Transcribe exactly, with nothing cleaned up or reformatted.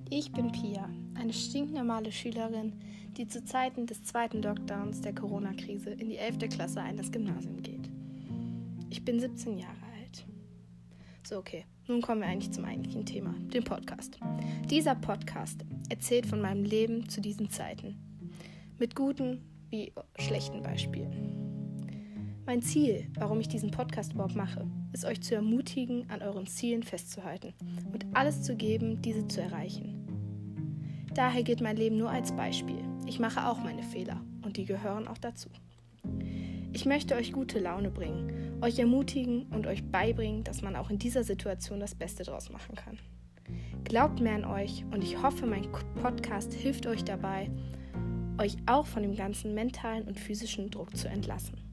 Ich bin Pia, eine stinknormale Schülerin, die zu Zeiten des zweiten Lockdowns der Corona-Krise in die elfte Klasse eines Gymnasiums geht. Ich bin siebzehn Jahre alt. So, okay, nun kommen wir eigentlich zum eigentlichen Thema, dem Podcast. Dieser Podcast erzählt von meinem Leben zu diesen Zeiten, mit guten wie schlechten Beispielen. Mein Ziel, warum ich diesen Podcast überhaupt mache, ist euch zu ermutigen, an euren Zielen festzuhalten und alles zu geben, diese zu erreichen. Daher gilt mein Leben nur als Beispiel. Ich mache auch meine Fehler und die gehören auch dazu. Ich möchte euch gute Laune bringen, euch ermutigen und euch beibringen, dass man auch in dieser Situation das Beste draus machen kann. Glaubt mehr an euch und ich hoffe, mein Podcast hilft euch dabei, euch auch von dem ganzen mentalen und physischen Druck zu entlassen.